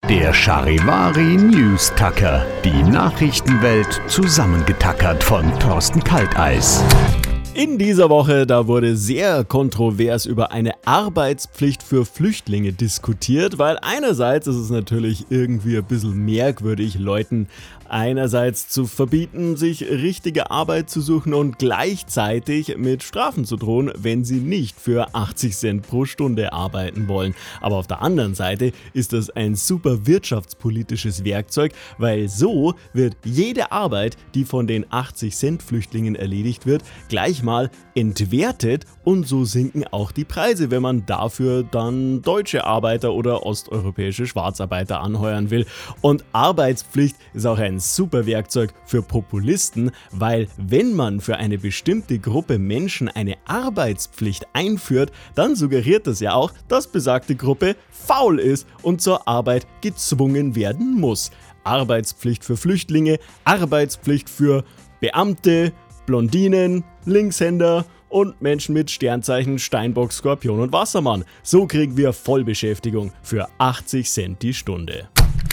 Der Charivari News Tucker. Die Nachrichtenwelt zusammengetackert von Thorsten Kalteis. In dieser Woche, da wurde sehr kontrovers über eine Arbeitspflicht für Flüchtlinge diskutiert, weil einerseits ist es natürlich irgendwie ein bisschen merkwürdig, Leuten einerseits zu verbieten, sich richtige Arbeit zu suchen und gleichzeitig mit Strafen zu drohen, wenn sie nicht für 80 Cent pro Stunde arbeiten wollen. Aber auf der anderen Seite ist das ein super wirtschaftspolitisches Werkzeug, weil so wird jede Arbeit, die von den 80 Cent Flüchtlingen erledigt wird, gleich mal entwertet und so sinken auch die Preise, wenn man dafür dann deutsche Arbeiter oder osteuropäische Schwarzarbeiter anheuern will. Und Arbeitspflicht ist auch ein super Werkzeug für Populisten, weil wenn man für eine bestimmte Gruppe Menschen eine Arbeitspflicht einführt, dann suggeriert das ja auch, dass besagte Gruppe faul ist und zur Arbeit gezwungen werden muss. Arbeitspflicht für Flüchtlinge, Arbeitspflicht für Beamte, Blondinen, Linkshänder und Menschen mit Sternzeichen Steinbock, Skorpion und Wassermann. So kriegen wir Vollbeschäftigung für 80 Cent die Stunde.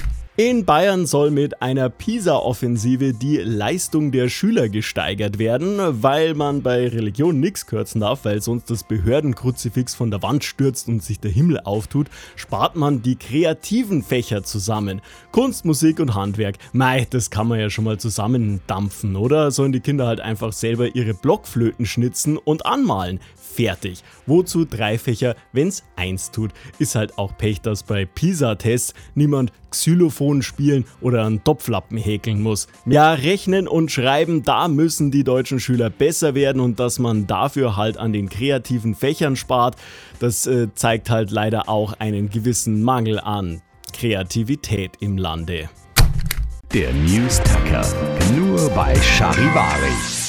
In Bayern soll mit einer PISA-Offensive die Leistung der Schüler gesteigert werden, weil man bei Religion nichts kürzen darf, weil sonst das Behördenkruzifix von der Wand stürzt und sich der Himmel auftut, spart man die kreativen Fächer zusammen. Kunst, Musik und Handwerk, das kann man ja schon mal zusammendampfen, oder? Sollen die Kinder halt einfach selber ihre Blockflöten schnitzen und anmalen. Fertig. Wozu 3 Fächer, wenn's 1 tut? Ist halt auch Pech, dass bei PISA-Tests niemand Xylophon spielen oder einen Topflappen häkeln muss. Ja, rechnen und schreiben, da müssen die deutschen Schüler besser werden und dass man dafür halt an den kreativen Fächern spart, das zeigt halt leider auch einen gewissen Mangel an Kreativität im Lande. Der News Tucker. Nur bei Charivari.